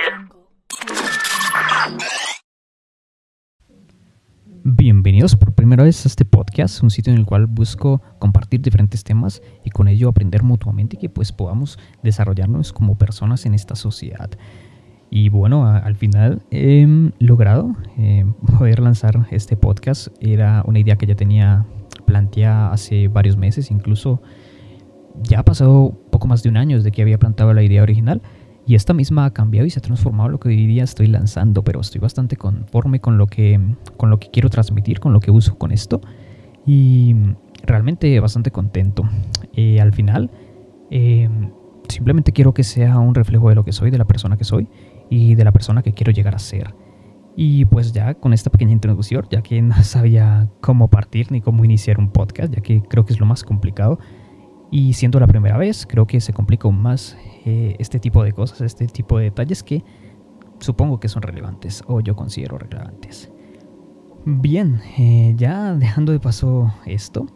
Bienvenidos por primera vez a este podcast, un sitio en el cual busco compartir diferentes temas y con ello aprender mutuamente y que pues podamos desarrollarnos como personas en esta sociedad. Y bueno, al final he logrado poder lanzar este podcast. Era una idea que ya tenía planteada hace varios meses, incluso ya ha pasado poco más de un año desde que había planteado la idea original. Y esta misma ha cambiado y se ha transformado en lo que hoy día estoy lanzando, pero estoy bastante conforme con lo que quiero transmitir, con lo que uso con esto. Y realmente bastante contento. Al final, simplemente quiero que sea un reflejo de lo que soy, de la persona que soy y de la persona que quiero llegar a ser. Y pues ya con esta pequeña introducción, ya que no sabía cómo partir ni cómo iniciar un podcast, ya que creo que es lo más complicado. Y siendo la primera vez, creo que se complica aún más este tipo de cosas, este tipo de detalles que supongo que son relevantes o yo considero relevantes. Bien, ya dejando de paso esto,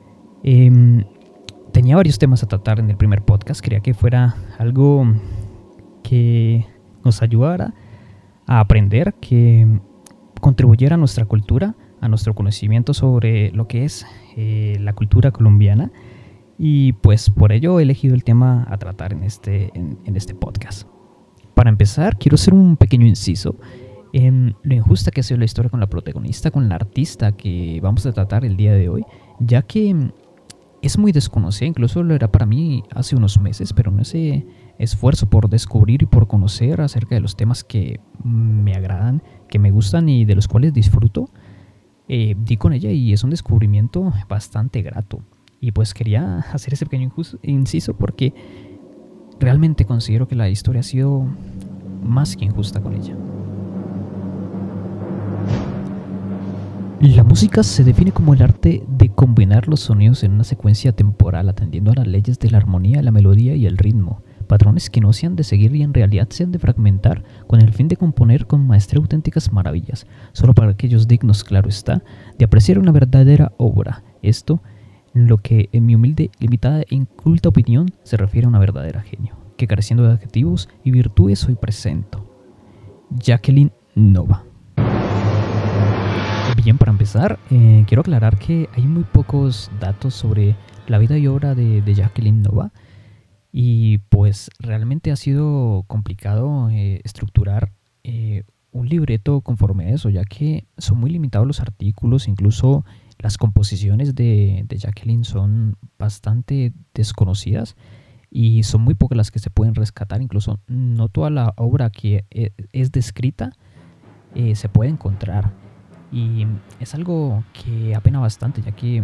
tenía varios temas a tratar en el primer podcast. Quería que fuera algo que nos ayudara a aprender, que contribuyera a nuestra cultura, a nuestro conocimiento sobre lo que es la cultura colombiana. Y pues por ello he elegido el tema a tratar en este podcast. Para empezar, quiero hacer un pequeño inciso en lo injusta que ha sido la historia con la protagonista, con la artista que vamos a tratar el día de hoy, ya que es muy desconocida, incluso lo era para mí hace unos meses, pero en ese esfuerzo por descubrir y por conocer acerca de los temas que me agradan, que me gustan y de los cuales disfruto, di con ella y es un descubrimiento bastante grato. Y pues quería hacer ese pequeño inciso porque realmente considero que la historia ha sido más que injusta con ella. La música se define como el arte de combinar los sonidos en una secuencia temporal atendiendo a las leyes de la armonía, la melodía y el ritmo, patrones que no se han de seguir y en realidad se han de fragmentar con el fin de componer con maestría auténticas maravillas, solo para aquellos dignos, claro está, de apreciar una verdadera obra. Esto lo que en mi humilde, limitada e inculta opinión se refiere a una verdadera genio, que careciendo de adjetivos y virtudes hoy presento. Jacqueline Nova. Bien, para empezar, quiero aclarar que hay muy pocos datos sobre la vida y obra de Jacqueline Nova y pues realmente ha sido complicado estructurar un libreto conforme a eso, ya que son muy limitados los artículos, incluso las composiciones de Jacqueline son bastante desconocidas y son muy pocas las que se pueden rescatar. Incluso no toda la obra que es descrita se puede encontrar. Y es algo que apena bastante, ya que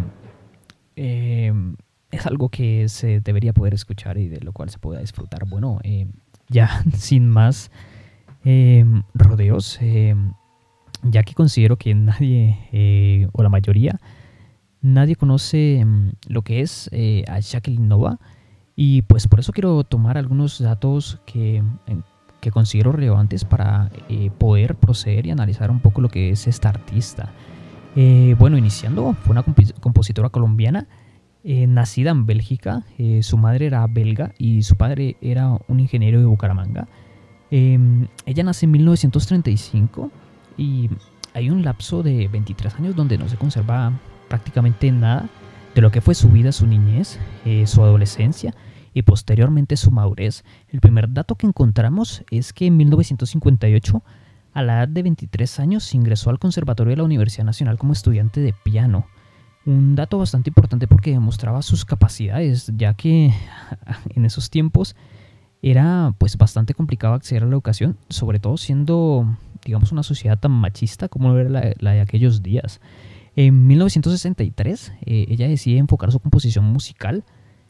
es algo que se debería poder escuchar y de lo cual se pueda disfrutar. Bueno, ya sin más rodeos, ya que considero que nadie, o la mayoría, nadie conoce lo que es a Jacqueline Nova. Y pues por eso quiero tomar algunos datos que considero relevantes para poder proceder y analizar un poco lo que es esta artista. Bueno, iniciando, fue una compositora colombiana, nacida en Bélgica. Su madre era belga y su padre era un ingeniero de Bucaramanga. Ella nace en 1935 y hay un lapso de 23 años donde no se conserva prácticamente nada de lo que fue su vida, su niñez, su adolescencia y posteriormente su madurez. El primer dato que encontramos es que en 1958, a la edad de 23 años, ingresó al Conservatorio de la Universidad Nacional como estudiante de piano. Un dato bastante importante porque demostraba sus capacidades, ya que en esos tiempos era pues bastante complicado acceder a la educación, sobre todo siendo, digamos, una sociedad tan machista como era la de aquellos días. En 1963 ella decide enfocar su composición musical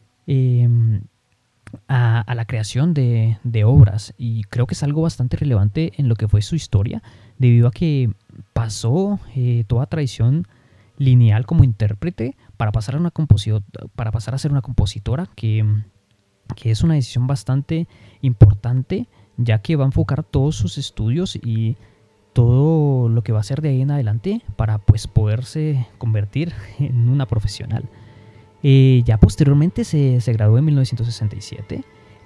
a la creación de obras, y creo que es algo bastante relevante en lo que fue su historia, debido a que pasó toda tradición lineal como intérprete para pasar a ser una compositora, que es una decisión bastante importante, ya que va a enfocar todos sus estudios y todo lo que va a hacer de ahí en adelante para pues poderse convertir en una profesional. Ya posteriormente se graduó en 1967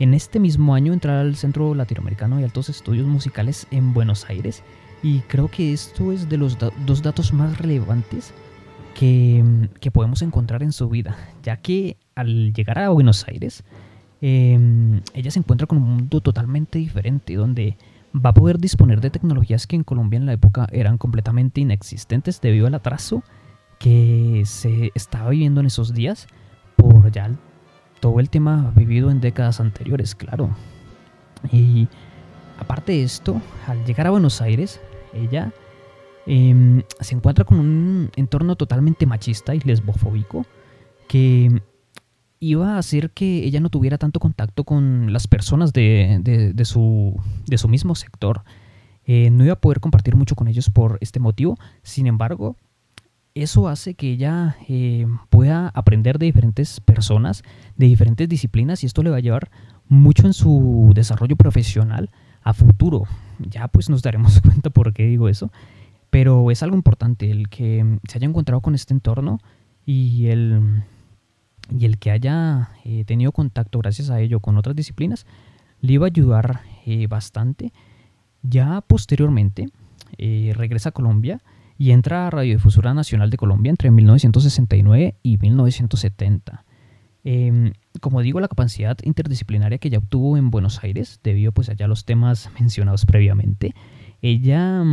En este mismo año entró al Centro Latinoamericano de Altos Estudios Musicales en Buenos Aires, y creo que esto es de los dos datos más relevantes que podemos encontrar en su vida, ya que al llegar a Buenos Aires, ella se encuentra con un mundo totalmente diferente, donde va a poder disponer de tecnologías que en Colombia en la época eran completamente inexistentes debido al atraso que se estaba viviendo en esos días por ya todo el tema vivido en décadas anteriores, claro. Y aparte de esto, al llegar a Buenos Aires, ella se encuentra con un entorno totalmente machista y lesbofóbico que iba a hacer que ella no tuviera tanto contacto con las personas de su mismo sector. No iba a poder compartir mucho con ellos por este motivo. Sin embargo, eso hace que ella pueda aprender de diferentes personas, de diferentes disciplinas, y esto le va a llevar mucho en su desarrollo profesional a futuro. Ya pues nos daremos cuenta por qué digo eso, pero es algo importante el que se haya encontrado con este entorno y el que haya tenido contacto gracias a ello con otras disciplinas le iba a ayudar bastante. Ya posteriormente regresa a Colombia y entra a Radiodifusora Nacional de Colombia entre 1969 y 1970. Como digo, la capacidad interdisciplinaria que ella obtuvo en Buenos Aires, debido pues allá a los temas mencionados previamente, ella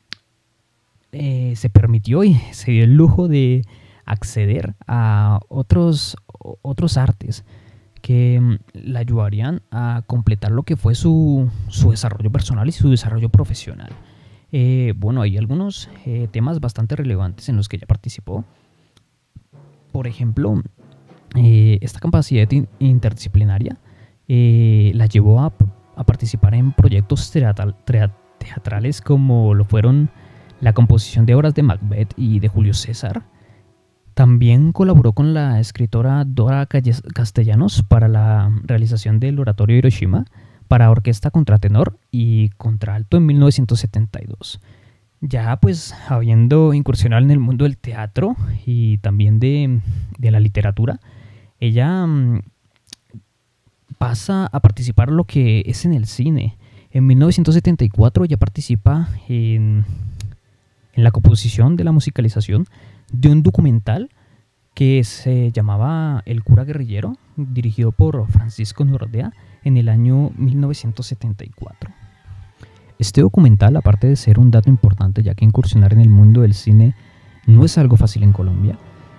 se permitió y se dio el lujo de acceder a otros artes que la ayudarían a completar lo que fue su desarrollo personal y su desarrollo profesional. Bueno, hay algunos temas bastante relevantes en los que ella participó. Por ejemplo, esta capacidad interdisciplinaria la llevó a participar en proyectos teatrales como lo fueron la composición de obras de Macbeth y de Julio César. También colaboró con la escritora Dora Castellanos para la realización del oratorio Hiroshima para orquesta contratenor y contralto en 1972. Ya pues habiendo incursionado en el mundo del teatro y también de la literatura, ella pasa a participar en lo que es en el cine. En 1974 ella participa en la composición de la musicalización de un documental que se llamaba El cura guerrillero, dirigido por Francisco Nordea en el año 1974. Este documental, aparte de ser un dato importante, ya que incursionar en el mundo del cine no es algo fácil en Colombia,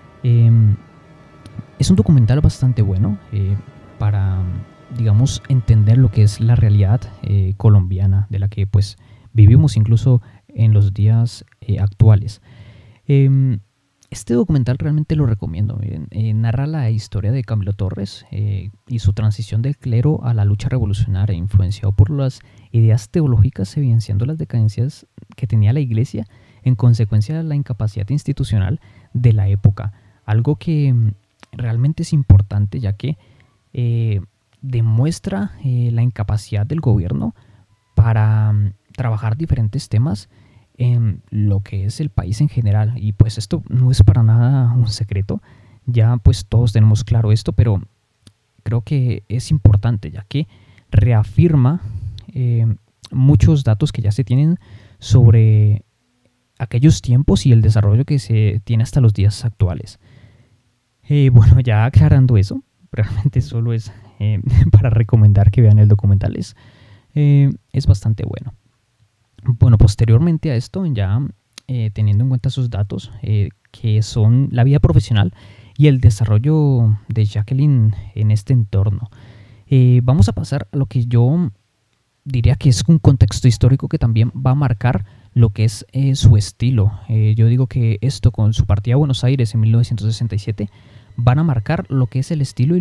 es un documental bastante bueno para, digamos, entender lo que es la realidad colombiana de la que pues vivimos incluso en los días actuales. Este documental realmente lo recomiendo. Narra la historia de Camilo Torres y su transición del clero a la lucha revolucionaria, influenciado por las ideas teológicas, evidenciando las decadencias que tenía la iglesia en consecuencia de la incapacidad institucional de la época. Algo que realmente es importante, ya que demuestra la incapacidad del gobierno para trabajar diferentes temas en lo que es el país en general. Y pues esto no es para nada un secreto, ya pues todos tenemos claro esto, pero creo que es importante, ya que reafirma muchos datos que ya se tienen sobre aquellos tiempos y el desarrollo que se tiene hasta los días actuales. Bueno, ya aclarando eso, realmente solo es para recomendar que vean el documental. Es bastante bueno. Bueno, posteriormente a esto, ya teniendo en cuenta esos datos que son la vida profesional y el desarrollo de Jacqueline en este entorno, vamos a pasar a lo que yo diría que es un contexto histórico que también va a marcar lo que es su estilo. Yo digo que esto, con su partida a Buenos Aires en 1967, van a marcar lo que es el estilo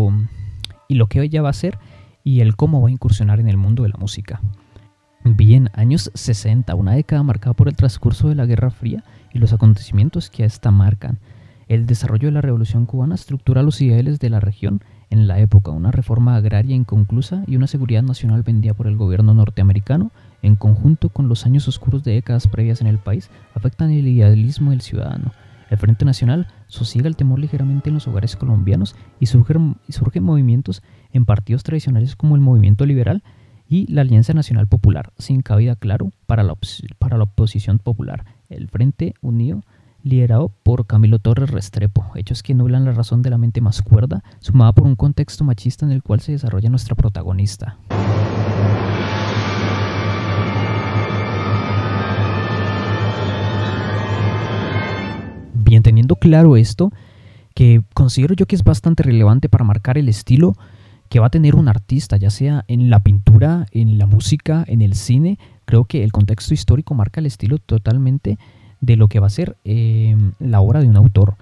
y lo que ella va a hacer y el cómo va a incursionar en el mundo de la música. Bien, años 60, una década marcada por el transcurso de la Guerra Fría y los acontecimientos que a esta marcan. El desarrollo de la Revolución Cubana estructura los ideales de la región en la época, una reforma agraria inconclusa y una seguridad nacional vendida por el gobierno norteamericano, en conjunto con los años oscuros de décadas previas en el país, afectan el idealismo del ciudadano. El Frente Nacional sosiega el temor ligeramente en los hogares colombianos y surgen movimientos en partidos tradicionales como el Movimiento Liberal y la Alianza Nacional Popular, sin cabida, claro, para para la oposición popular, el Frente Unido, liderado por Camilo Torres Restrepo, hechos que nublan la razón de la mente más cuerda, sumada por un contexto machista en el cual se desarrolla nuestra protagonista. Bien, teniendo claro esto, que considero yo que es bastante relevante para marcar el estilo que va a tener un artista, ya sea en la pintura, en la música, en el cine. Creo que el contexto histórico marca el estilo totalmente de lo que va a ser la obra de un autor.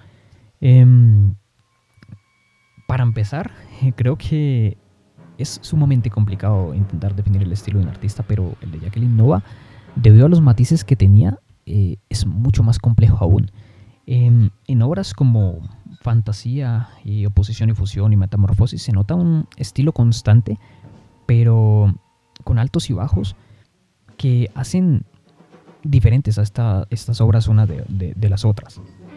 Para empezar, creo que es sumamente complicado intentar definir el estilo de un artista, pero el de Jacqueline Nova, debido a los matices que tenía, es mucho más complejo aún. En obras como Fantasía, y Oposición y Fusión y Metamorfosis se nota un estilo constante, pero con altos y bajos que hacen diferentes a estas obras una de las otras.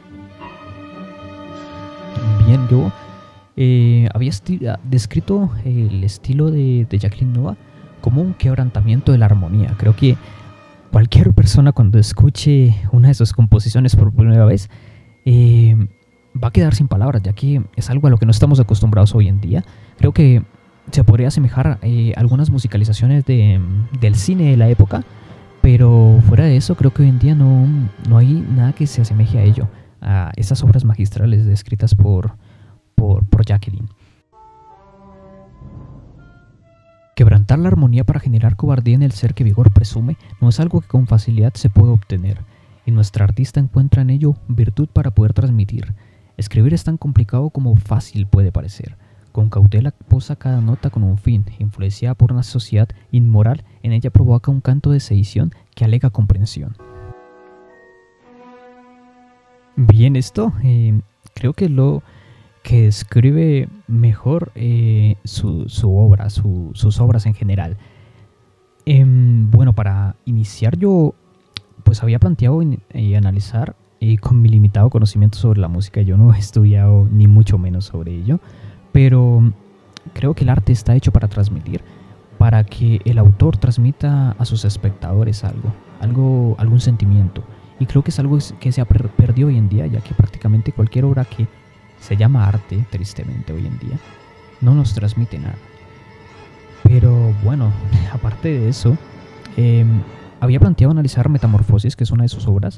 Bien, yo había descrito el estilo de Jacqueline Nova como un quebrantamiento de la armonía. Creo que cualquier persona cuando escuche una de sus composiciones por primera vez va a quedar sin palabras, ya que es algo a lo que no estamos acostumbrados hoy en día. Creo que se podría asemejar a algunas musicalizaciones del cine de la época, pero fuera de eso creo que hoy en día no hay nada que se asemeje a ello, a esas obras magistrales descritas por Jacqueline. Quebrantar la armonía para generar cobardía en el ser que vigor presume no es algo que con facilidad se puede obtener, y nuestra artista encuentra en ello virtud para poder transmitir. Escribir es tan complicado como fácil puede parecer. Con cautela posa cada nota con un fin, influenciada por una sociedad inmoral, en ella provoca un canto de sedición que alega comprensión. Bien, esto creo que es lo que describe mejor su obra, sus obras en general. Bueno, para iniciar yo pues había planteado analizar con mi limitado conocimiento sobre la música. Yo no he estudiado ni mucho menos sobre ello, pero creo que el arte está hecho para transmitir, para que el autor transmita a sus espectadores algún sentimiento. Y creo que es algo que se ha perdido hoy en día, ya que prácticamente cualquier obra que se llama arte, tristemente hoy en día, no nos transmite nada. Pero bueno, aparte de eso, había planteado analizar Metamorfosis, que es una de sus obras,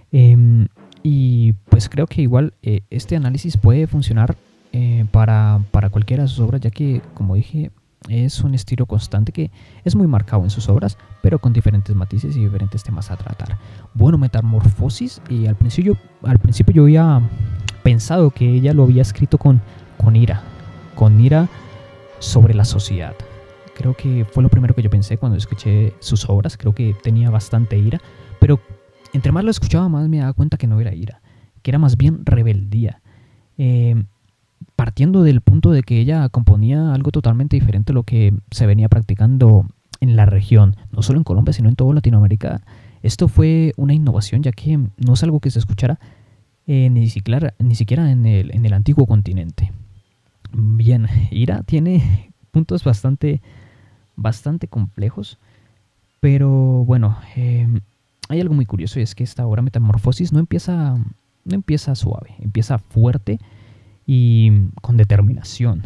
y pues creo que igual este análisis puede funcionar para cualquiera de sus obras, ya que, como dije, es un estilo constante que es muy marcado en sus obras, pero con diferentes matices y diferentes temas a tratar. Bueno, Metamorfosis, al principio yo había pensado que ella lo había escrito con ira sobre la sociedad. Creo que fue lo primero que yo pensé cuando escuché sus obras. Creo que tenía bastante ira, pero entre más lo escuchaba, más me daba cuenta que no era ira, que era más bien rebeldía. Partiendo del punto de que ella componía algo totalmente diferente a lo que se venía practicando en la región, no solo en Colombia, sino en toda Latinoamérica. Esto fue una innovación, ya que no es algo que se escuchara ni siquiera en el antiguo continente. Bien, Ira tiene puntos bastante complejos, pero bueno, hay algo muy curioso, y es que esta obra Metamorfosis no empieza suave, empieza fuerte y con determinación.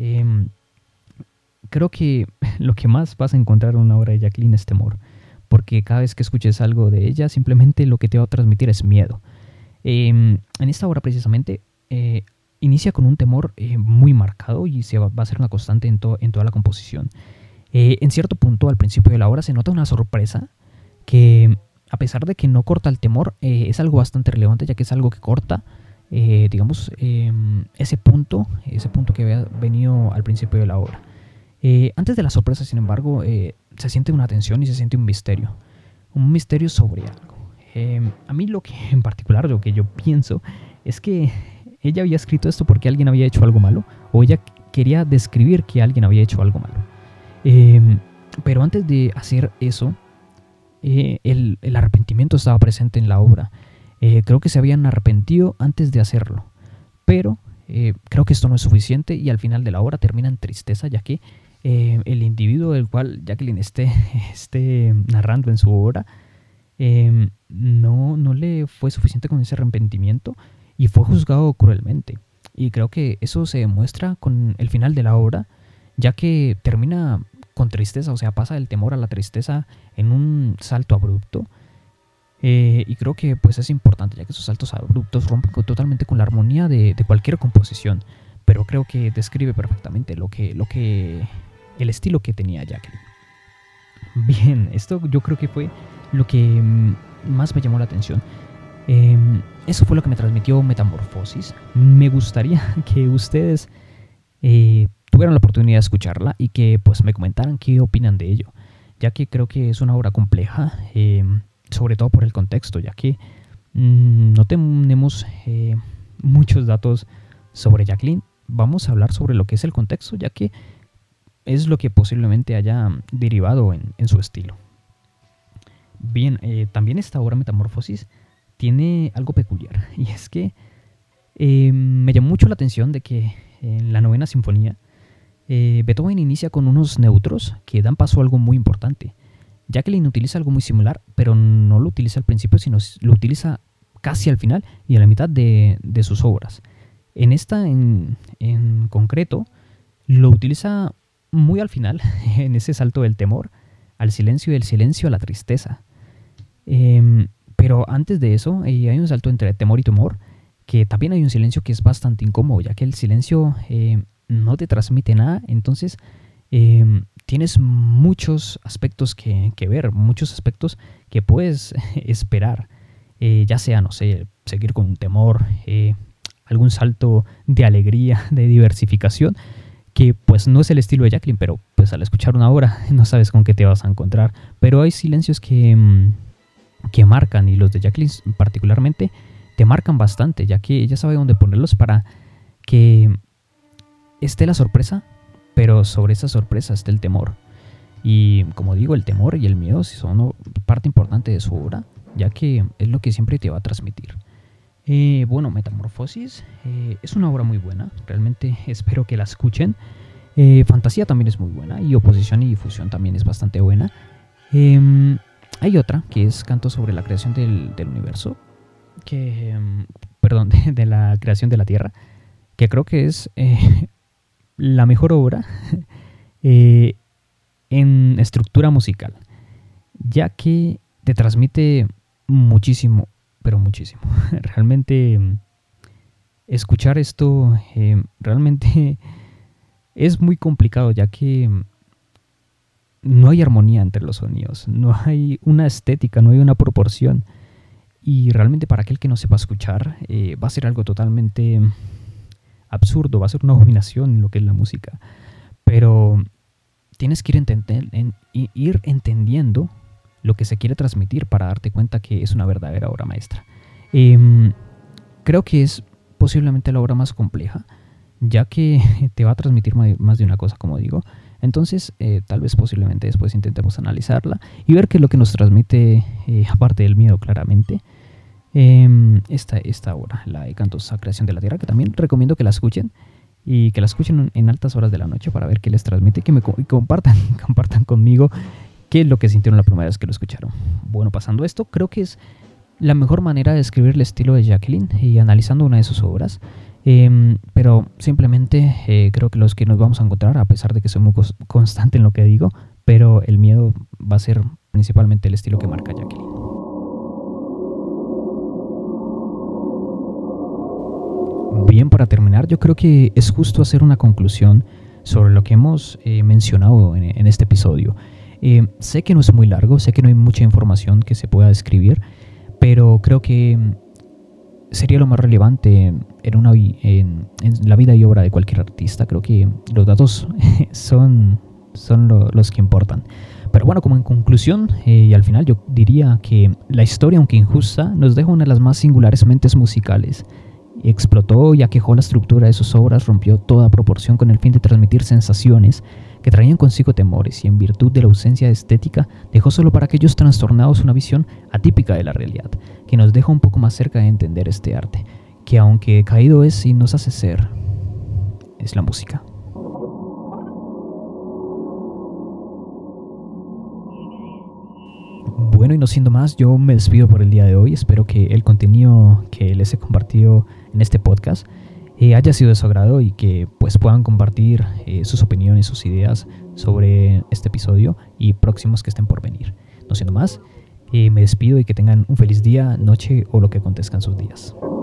Creo que lo que más vas a encontrar en una obra de Jacqueline es temor, porque cada vez que escuches algo de ella, simplemente lo que te va a transmitir es miedo. En esta obra precisamente inicia con un temor muy marcado, y va a ser una constante en toda la composición. En cierto punto, al principio de la obra, se nota una sorpresa que, a pesar de que no corta el temor, es algo bastante relevante, ya que es algo que corta ese punto que había venido al principio de la obra. Antes de la sorpresa, sin embargo, se siente una tensión y se siente un misterio sobre algo. A mí lo que yo pienso es que ella había escrito esto porque alguien había hecho algo malo, o ella quería describir que alguien había hecho algo malo. Pero antes de hacer eso, el arrepentimiento estaba presente en la obra. Creo que se habían arrepentido antes de hacerlo, pero creo que esto no es suficiente y al final de la obra termina en tristeza, ya que el individuo del cual Jacqueline esté narrando en su obra no le fue suficiente con ese arrepentimiento y fue juzgado cruelmente. Y creo que eso se demuestra con el final de la obra, ya que termina con tristeza, o sea, pasa del temor a la tristeza en un salto abrupto. Y creo que pues es importante, ya que esos saltos abruptos rompen totalmente con la armonía de cualquier composición. Pero creo que describe perfectamente el estilo que tenía Jacqueline. Bien, esto yo creo que fue lo que más me llamó la atención. Eso fue lo que me transmitió Metamorfosis. Me gustaría que ustedes tuvieran la oportunidad de escucharla y que pues me comentaran qué opinan de ello, ya que creo que es una obra compleja, sobre todo por el contexto, ya que no tenemos muchos datos sobre Jacqueline. Vamos a hablar sobre lo que es el contexto, ya que es lo que posiblemente haya derivado en su estilo. Bien, también esta obra Metamorfosis tiene algo peculiar, y es que me llamó mucho la atención de que en la novena sinfonía Beethoven inicia con unos neutros que dan paso a algo muy importante. Jacqueline utiliza algo muy similar, pero no lo utiliza al principio, sino lo utiliza casi al final y a la mitad de sus obras. En esta en concreto lo utiliza muy al final, en ese salto del temor al silencio y del silencio a la tristeza. Pero antes de eso hay un salto entre temor y temor, que también hay un silencio que es bastante incómodo, ya que el silencio no te transmite nada. Entonces tienes muchos aspectos que ver, muchos aspectos que puedes esperar, ya sea, no sé, seguir con un temor, algún salto de alegría, de diversificación, que pues no es el estilo de Jacqueline, pero pues al escuchar una obra no sabes con qué te vas a encontrar. Pero hay silencios que marcan, y los de Jacqueline particularmente te marcan bastante, ya que ella sabe dónde ponerlos para que esté la sorpresa, pero sobre esa sorpresa está el temor. Y como digo, el temor y el miedo son parte importante de su obra, ya que es lo que siempre te va a transmitir. Bueno, Metamorfosis es una obra muy buena, realmente espero que la escuchen. Fantasía también es muy buena, y Oposición y Difusión también es bastante buena. Hay otra que es Canto sobre la creación del universo, perdón, de la creación de la Tierra, que creo que es la mejor obra en estructura musical, ya que te transmite muchísimo, pero muchísimo. Realmente escuchar esto realmente es muy complicado, ya que no hay armonía entre los sonidos, no hay una estética, no hay una proporción. Y realmente para aquel que no sepa escuchar, va a ser algo totalmente absurdo, va a ser una abominación en lo que es la música. Pero tienes que ir entendiendo lo que se quiere transmitir para darte cuenta que es una verdadera obra maestra. Creo que es posiblemente la obra más compleja, ya que te va a transmitir más de una cosa, como digo. Entonces, tal vez posiblemente después intentemos analizarla y ver qué es lo que nos transmite, aparte del miedo, claramente, esta obra, la de Cantos a Creación de la Tierra, que también recomiendo que la escuchen, y que la escuchen en altas horas de la noche para ver qué les transmite, que me compartan conmigo qué es lo que sintieron la primera vez que lo escucharon. Bueno, pasando esto, creo que es la mejor manera de describir el estilo de Jacqueline y analizando una de sus obras. Pero simplemente creo que los que nos vamos a encontrar, a pesar de que soy muy constante en lo que digo, pero el miedo va a ser principalmente el estilo que marca Jacqueline. Bien, para terminar, yo creo que es justo hacer una conclusión sobre lo que hemos mencionado en este episodio. Sé que no es muy largo, sé que no hay mucha información que se pueda describir, pero creo que sería lo más relevante en la vida y obra de cualquier artista. Creo que los datos son los que importan. Pero bueno, como en conclusión y al final, yo diría que la historia, aunque injusta, nos deja una de las más singulares mentes musicales. Explotó y aquejó la estructura de sus obras, rompió toda proporción con el fin de transmitir sensaciones que traían consigo temores, y en virtud de la ausencia de estética dejó solo para aquellos trastornados una visión atípica de la realidad, que nos deja un poco más cerca de entender este arte, que aunque caído es y nos hace ser, es la música. Bueno, y no siendo más, yo me despido por el día de hoy. Espero que el contenido que les he compartido en este podcast haya sido de su agrado y que pues puedan compartir sus opiniones, sus ideas sobre este episodio y próximos que estén por venir. No siendo más, me despido y que tengan un feliz día, noche o lo que acontezca en sus días.